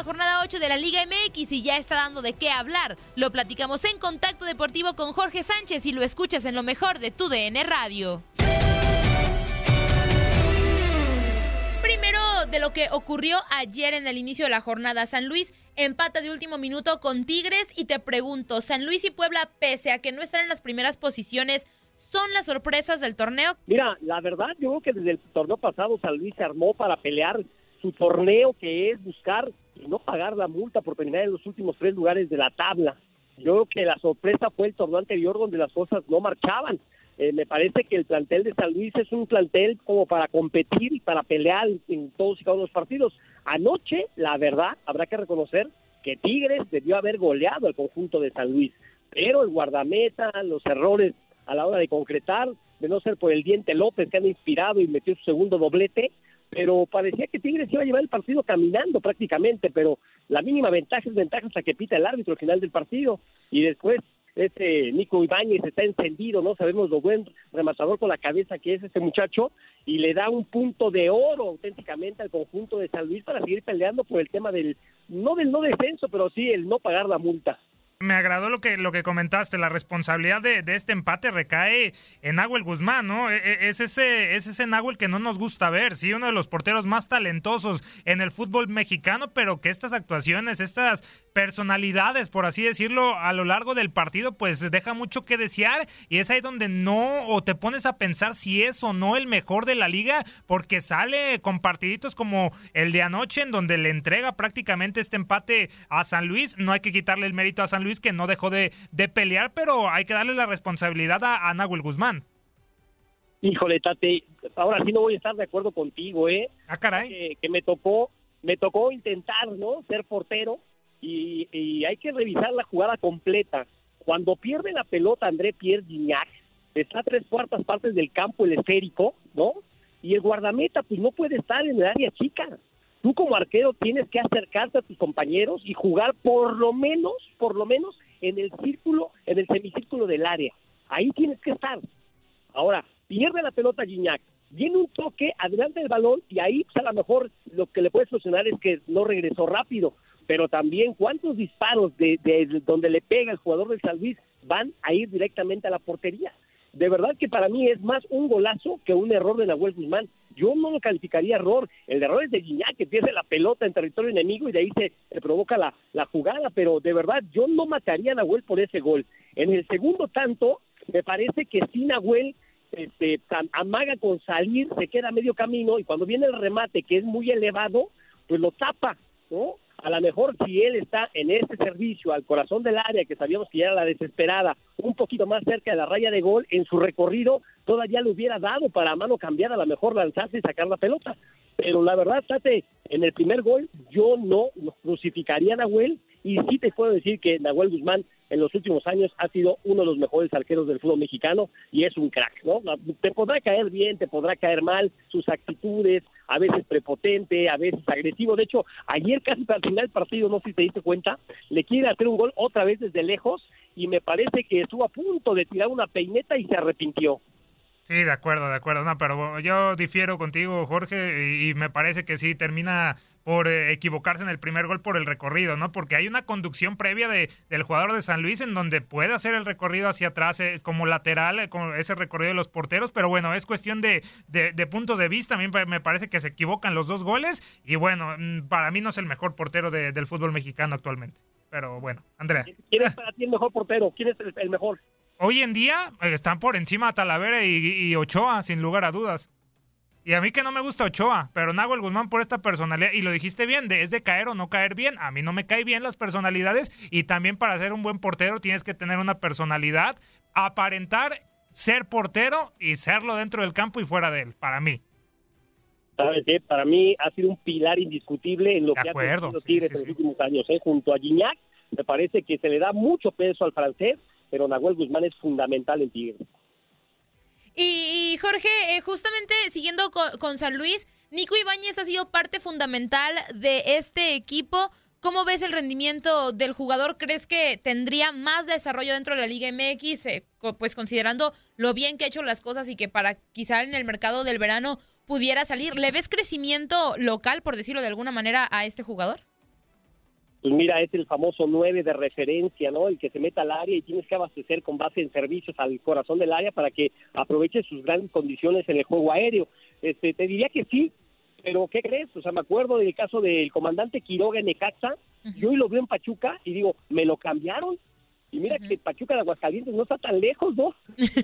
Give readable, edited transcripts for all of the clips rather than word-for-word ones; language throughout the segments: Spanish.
jornada 8 de la Liga MX y ya está dando de qué hablar. Lo platicamos en Contacto Deportivo con Jorge Sánchez y lo escuchas en lo mejor de tu DN Radio. Primero de lo que ocurrió ayer en el inicio de la jornada, San Luis empata de último minuto con Tigres y te pregunto, ¿San Luis y Puebla, pese a que no están en las primeras posiciones, son las sorpresas del torneo? Mira, la verdad yo creo que desde el torneo pasado San Luis se armó para pelear su torneo, que es buscar y no pagar la multa por terminar en los últimos 3 lugares de la tabla. Yo creo que la sorpresa fue el torneo anterior donde las cosas no marchaban. Me parece que el plantel de San Luis es un plantel como para competir y para pelear en todos y cada uno de los partidos. Anoche, la verdad, habrá que reconocer que Tigres debió haber goleado al conjunto de San Luis, pero el guardameta, los errores a la hora de concretar, de no ser por el Diente López, que han inspirado y metió su segundo doblete, pero parecía que Tigres iba a llevar el partido caminando prácticamente, pero la mínima ventaja es ventaja hasta que pita el árbitro al final del partido, y después Nico Ibáñez está encendido, no sabemos lo buen rematador con la cabeza que es este muchacho, y le da un punto de oro auténticamente al conjunto de San Luis para seguir peleando por el tema del no descenso, pero sí el no pagar la multa. Me agradó lo que comentaste, la responsabilidad de este empate recae en Nahuel Guzmán, ¿no? Es ese Nahuel que no nos gusta ver, sí, uno de los porteros más talentosos en el fútbol mexicano, pero que estas actuaciones, estas personalidades, por así decirlo, a lo largo del partido, pues deja mucho que desear, y es ahí donde no, o te pones a pensar si es o no el mejor de la liga, porque sale con partiditos como el de anoche, en donde le entrega prácticamente este empate a San Luis. No hay que quitarle el mérito a San Luis, que no dejó de pelear, pero hay que darle la responsabilidad a Nahuel Guzmán. Híjole, Tate, ahora sí no voy a estar de acuerdo contigo, Ah, caray. Que me tocó intentar, ¿no?, ser portero, y hay que revisar la jugada completa. Cuando pierde la pelota André Pierre Gignac, está a 3/4 partes del campo el esférico, ¿no?, y el guardameta pues no puede estar en el área chica. Tú como arquero tienes que acercarte a tus compañeros y jugar por lo menos en el círculo, en el semicírculo del área. Ahí tienes que estar. Ahora, pierde la pelota Gignac, viene un toque adelante del balón y ahí pues, a lo mejor lo que le puede solucionar es que no regresó rápido, pero también cuántos disparos de donde le pega el jugador del San Luis van a ir directamente a la portería. De verdad que para mí es más un golazo que un error de Nahuel Guzmán. Yo no lo calificaría error. El error es de Gignac, que pierde la pelota en territorio enemigo y de ahí se provoca la jugada, pero de verdad yo no mataría a Nahuel por ese gol. En el segundo tanto, me parece que sí Nahuel amaga con salir, se queda a medio camino, y cuando viene el remate, que es muy elevado, pues lo tapa, ¿no? A lo mejor si él está en ese servicio al corazón del área, que sabíamos que ya era la desesperada, un poquito más cerca de la raya de gol, en su recorrido todavía le hubiera dado para a mano cambiada, a lo mejor lanzarse y sacar la pelota. Pero la verdad, Tate, en el primer gol yo no crucificaría a Nahuel, y sí te puedo decir que Nahuel Guzmán en los últimos años ha sido uno de los mejores arqueros del fútbol mexicano y es un crack, ¿no? Te podrá caer bien, te podrá caer mal, sus actitudes, a veces prepotente, a veces agresivo. De hecho, ayer casi al final del partido, no sé si te diste cuenta, le quiere hacer un gol otra vez desde lejos y me parece que estuvo a punto de tirar una peineta y se arrepintió. Sí, de acuerdo, no, pero yo difiero contigo, Jorge, y me parece que sí termina por equivocarse en el primer gol por el recorrido, ¿no? Porque hay una conducción previa del jugador de San Luis en donde puede hacer el recorrido hacia atrás como lateral, con ese recorrido de los porteros, pero bueno, es cuestión de puntos de vista. A mí me parece que se equivocan los 2 goles y bueno, para mí no es el mejor portero del fútbol mexicano actualmente. Pero bueno, Andrea. ¿Quién es para ti el mejor portero? ¿Quién es el mejor? Hoy en día están por encima Talavera y Ochoa, sin lugar a dudas. Y a mí que no me gusta Ochoa, pero Nahuel Guzmán por esta personalidad, y lo dijiste bien, es de caer o no caer bien. A mí no me caen bien las personalidades, y también para ser un buen portero tienes que tener una personalidad, aparentar ser portero y serlo dentro del campo y fuera de él, para mí. ¿Sabes qué? Para mí ha sido un pilar indiscutible en lo que ha tenido Tigres en los últimos años. Junto a Gignac, me parece que se le da mucho peso al francés, pero Nahuel Guzmán es fundamental en Tigres. Y Jorge, justamente siguiendo con San Luis, Nico Ibáñez ha sido parte fundamental de este equipo. ¿Cómo ves el rendimiento del jugador? ¿Crees que tendría más desarrollo dentro de la Liga MX? Pues considerando lo bien que ha hecho las cosas y que para quizá en el mercado del verano pudiera salir. ¿Le ves crecimiento local, por decirlo de alguna manera, a este jugador? pues mira, es el famoso 9 de referencia, ¿no? El que se meta al área y tienes que abastecer con base en servicios al corazón del área para que aproveche sus grandes condiciones en el juego aéreo. Te diría que sí, pero ¿qué crees? O sea, me acuerdo del caso del comandante Quiroga en Necaxa, y hoy lo veo en Pachuca y digo, ¿me lo cambiaron? Y mira que Pachuca de Aguascalientes no está tan lejos, ¿no?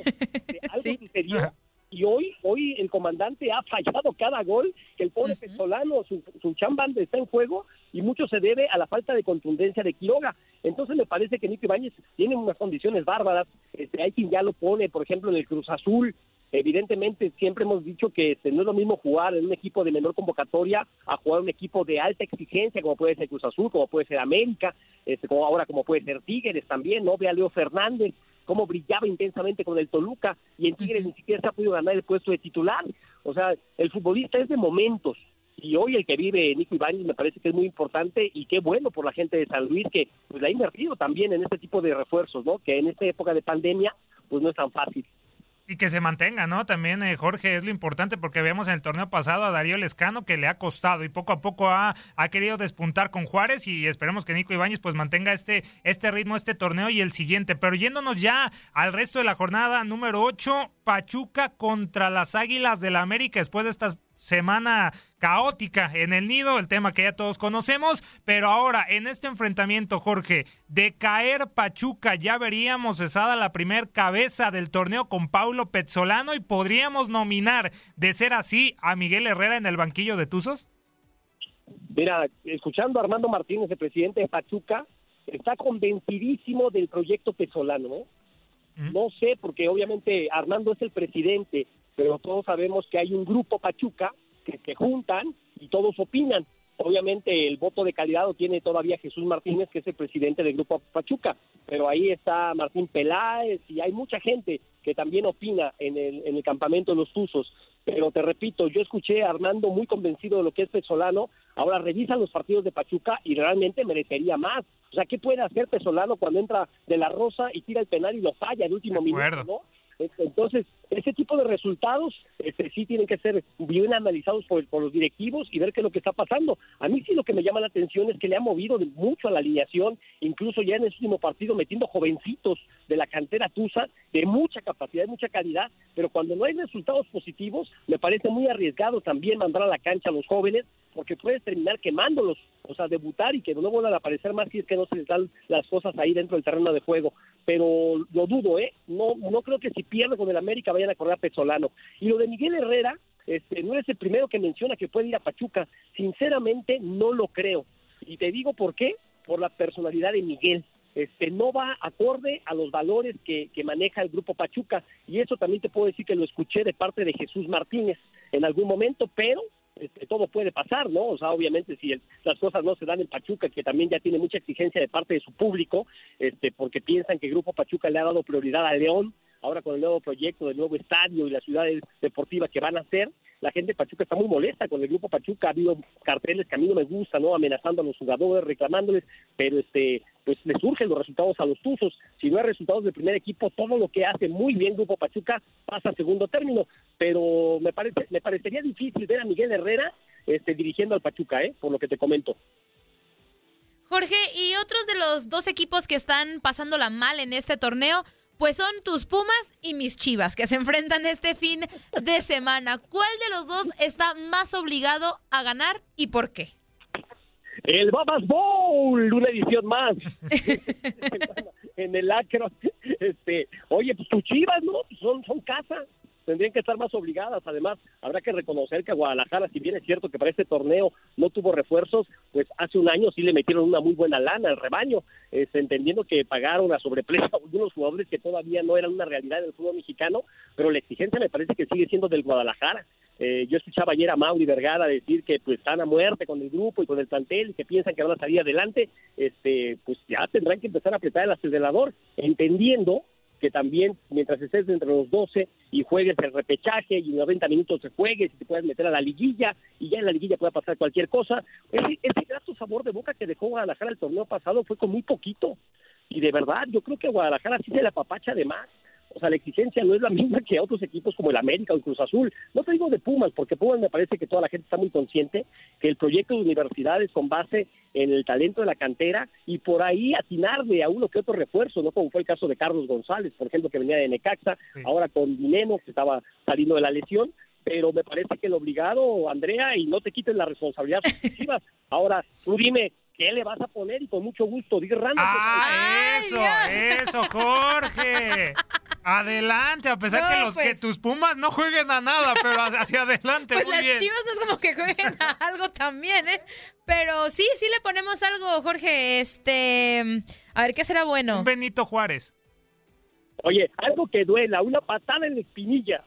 Algo sucedió. Y hoy el comandante ha fallado cada gol, que el pobre Pesolano, su chamba está en juego, y mucho se debe a la falta de contundencia de Quiroga. Entonces me parece que Nico Ibáñez tiene unas condiciones bárbaras. Hay quien ya lo pone, por ejemplo, en el Cruz Azul. Evidentemente siempre hemos dicho que no es lo mismo jugar en un equipo de menor convocatoria a jugar en un equipo de alta exigencia, como puede ser Cruz Azul, como puede ser América, como puede ser Tigres también, ¿no? Ve a Leo Fernández, cómo brillaba intensamente con el Toluca, y en Tigres ni siquiera se ha podido ganar el puesto de titular. O sea, el futbolista es de momentos, y hoy el que vive Nico Ibáñez me parece que es muy importante, y qué bueno por la gente de San Luis, que pues la ha invertido también en este tipo de refuerzos, ¿no? Que en esta época de pandemia pues no es tan fácil. Y que se mantenga, ¿no? También, Jorge, es lo importante, porque vemos en el torneo pasado a Darío Lescano que le ha costado y poco a poco ha querido despuntar con Juárez, y esperemos que Nico Ibáñez pues mantenga este ritmo, este torneo y el siguiente. Pero yéndonos ya al resto de la jornada número 8, Pachuca contra las Águilas del la América después de esta semana caótica en el Nido, el tema que ya todos conocemos, pero ahora en este enfrentamiento, Jorge, de caer Pachuca, ya veríamos cesada la primer cabeza del torneo con Paulo Pezzolano, y podríamos nominar, de ser así, a Miguel Herrera en el banquillo de Tuzos. Mira, escuchando a Armando Martínez, el presidente de Pachuca, está convencidísimo del proyecto Pezzolano, ¿no? No sé, porque obviamente Armando es el presidente, pero todos sabemos que hay un grupo Pachuca que se juntan y todos opinan. Obviamente el voto de calidad lo tiene todavía Jesús Martínez, que es el presidente del grupo Pachuca, pero ahí está Martín Peláez y hay mucha gente que también opina en el campamento de los Tuzos. Pero te repito, yo escuché a Armando muy convencido de lo que es Pezzolano. Ahora revisan los partidos de Pachuca y realmente merecería más. O sea, ¿qué puede hacer Pezzolano cuando entra de la Rosa y tira el penal y lo falla en último minuto, ¿no? Entonces, ese tipo de resultados sí tienen que ser bien analizados por los directivos y ver qué es lo que está pasando. A mí sí lo que me llama la atención es que le ha movido mucho a la alineación, incluso ya en el último partido metiendo jovencitos de la cantera Tuza, de mucha capacidad, de mucha calidad, pero cuando no hay resultados positivos, me parece muy arriesgado también mandar a la cancha a los jóvenes, porque puedes terminar quemándolos, o sea, debutar y que no vuelvan a aparecer más si es que no se les dan las cosas ahí dentro del terreno de juego. Pero lo dudo, no creo que si pierde con el América vayan a correr a Pezzolano. Y lo de Miguel Herrera, no eres el primero que menciona que puede ir a Pachuca. Sinceramente no lo creo. Y te digo por qué, por la personalidad de Miguel. No va acorde a los valores que maneja el grupo Pachuca, y eso también te puedo decir que lo escuché de parte de Jesús Martínez en algún momento, pero todo puede pasar, ¿no? O sea, obviamente si las cosas no se dan en Pachuca, que también ya tiene mucha exigencia de parte de su público, porque piensan que el grupo Pachuca le ha dado prioridad a León, ahora con el nuevo proyecto del nuevo estadio y la ciudad deportiva que van a hacer, la gente de Pachuca está muy molesta con el grupo Pachuca. Ha habido carteles que a mí no me gustan, ¿no? Amenazando a los jugadores, reclamándoles, pero pues les surgen los resultados a los Tuzos. Si no hay resultados del primer equipo, todo lo que hace muy bien Grupo Pachuca pasa a segundo término, pero me parecería difícil ver a Miguel Herrera dirigiendo al Pachuca, por lo que te comento. Jorge, y otros de los dos equipos que están pasándola mal en este torneo, pues son tus Pumas y mis Chivas, que se enfrentan este fin de semana. ¿Cuál de los dos está más obligado a ganar y por qué? El Babas Bowl, una edición más. En el Akron. Oye, pues tus Chivas, ¿no? Son casa. Tendrían que estar más obligadas. Además, habrá que reconocer que a Guadalajara, si bien es cierto que para este torneo no tuvo refuerzos, pues hace un año sí le metieron una muy buena lana al rebaño, entendiendo que pagaron a sobreprecio a algunos jugadores que todavía no eran una realidad del fútbol mexicano, pero la exigencia me parece que sigue siendo del Guadalajara. Yo escuchaba ayer a Mauri Vergara decir que pues están a muerte con el grupo y con el plantel y que piensan que van a salir adelante. Pues ya tendrán que empezar a apretar el acelerador, entendiendo que también mientras estés entre los 12 y juegues el repechaje y en 90 minutos te juegues y te puedes meter a la liguilla y ya en la liguilla puede pasar cualquier cosa, ese grato sabor de boca que dejó Guadalajara el torneo pasado fue con muy poquito, y de verdad yo creo que Guadalajara sí se la apapacha de más. O sea, la exigencia no es la misma que a otros equipos como el América o el Cruz Azul. No te digo de Pumas, porque Pumas me parece que toda la gente está muy consciente que el proyecto de universidades con base en el talento de la cantera y por ahí atinarle a uno que otro refuerzo, ¿no? Como fue el caso de Carlos González, por ejemplo, que venía de Necaxa, sí. Ahora con Dineno, que estaba saliendo de la lesión, pero me parece que el obligado, Andrea, y no te quiten la responsabilidad excesiva. Ahora, tú dime, ¿qué le vas a poner? Y con mucho gusto, di Ramos. Eso, Jorge. Adelante, a pesar que tus Pumas no jueguen a nada, pero hacia adelante. Pues muy las bien. Chivas no es como que jueguen a algo también, ¿eh? Pero sí le ponemos algo, Jorge. A ver, ¿qué será bueno? Un Benito Juárez. Oye, algo que duela, una patada en la espinilla.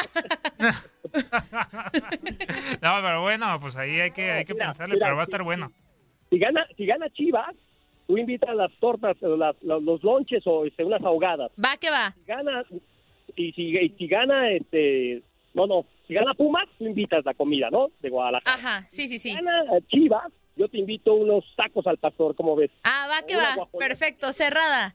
No, pero bueno, pues ahí hay que pensarle, pero va a estar bueno. Si gana Chivas, tú invitas las tortas, los lonches o unas ahogadas. Va que va. Si gana Pumas, tú invitas la comida, ¿no? De Guadalajara. Ajá, sí. Si gana Chivas, yo te invito unos tacos al pastor, ¿cómo ves? Va que va. Perfecto, cerrada.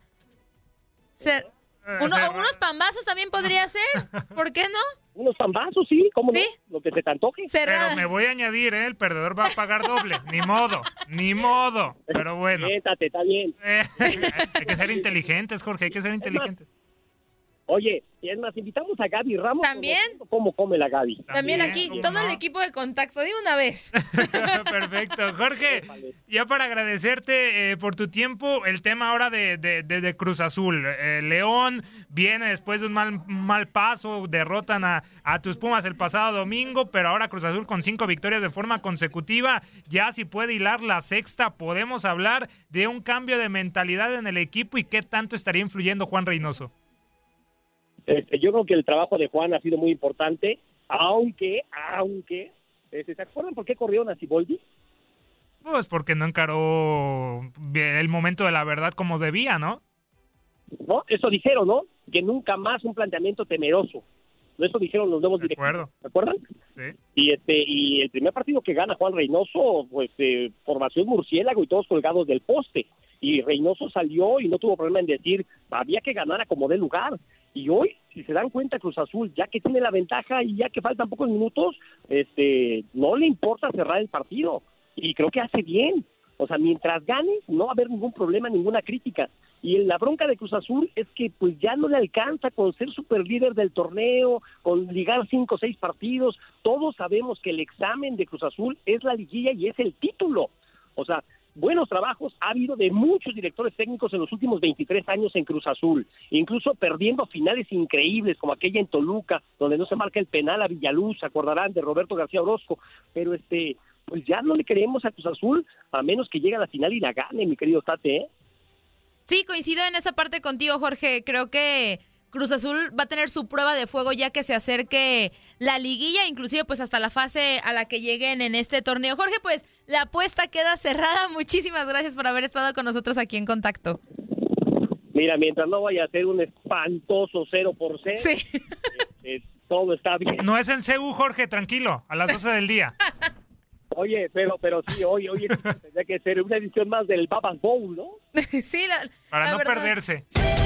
Unos pambazos también podría ser, ¿por qué no? Unos pambazos, sí, ¿cómo ¿Sí? no? Lo que se te antoje. Cerrada. Pero me voy a añadir, el perdedor va a pagar doble, ni modo, pero bueno. Siéntate, está bien. Hay que ser inteligentes, Jorge, hay que ser inteligentes. Oye, y es más, invitamos a Gaby Ramos. ¿También? ¿Cómo come la Gaby? También aquí, todo el equipo de contacto, de una vez. Perfecto. Jorge, ya para agradecerte por tu tiempo, el tema ahora de Cruz Azul. León viene después de un mal paso, derrotan a tus Pumas el pasado domingo, pero ahora Cruz Azul con 5 victorias de forma consecutiva, ya si puede hilar la sexta, podemos hablar de un cambio de mentalidad en el equipo y qué tanto estaría influyendo Juan Reynoso. Yo creo que el trabajo de Juan ha sido muy importante, aunque, ¿se acuerdan por qué corrieron a Siboldi? Pues porque no encaró el momento de la verdad como debía, ¿no? No, eso dijeron, ¿no? Que nunca más un planteamiento temeroso. Eso dijeron los nuevos directivos, ¿se acuerdan? Sí. Y el primer partido que gana Juan Reynoso, pues formación murciélago y todos colgados del poste. Y Reynoso salió y no tuvo problema en decir, había que ganar a como dé lugar. Y hoy, si se dan cuenta, Cruz Azul, ya que tiene la ventaja y ya que faltan pocos minutos, no le importa cerrar el partido. Y creo que hace bien. O sea, mientras gane, no va a haber ningún problema, ninguna crítica. Y la bronca de Cruz Azul es que pues ya no le alcanza con ser superlíder del torneo, con ligar 5 o 6 partidos. Todos sabemos que el examen de Cruz Azul es la liguilla y es el título. O sea, buenos trabajos ha habido de muchos directores técnicos en los últimos 23 años en Cruz Azul, incluso perdiendo finales increíbles como aquella en Toluca, donde no se marca el penal a Villaluz, se acordarán de Roberto García Orozco, pero pues ya no le creemos a Cruz Azul a menos que llegue a la final y la gane, mi querido Tate, ¿eh? Sí, coincido en esa parte contigo, Jorge. Creo que Cruz Azul va a tener su prueba de fuego ya que se acerque la liguilla, inclusive pues hasta la fase a la que lleguen en este torneo. Jorge, pues la apuesta queda cerrada. Muchísimas gracias por haber estado con nosotros aquí en Contacto. Mira, mientras no vaya a ser un espantoso 0-0, sí. Todo está bien. No es en CU, Jorge, tranquilo, a las 12 del día. Oye, pero sí, hoy tendría que ser una edición más del Babas Bowl, ¿no? Sí, para no verdad. perderse.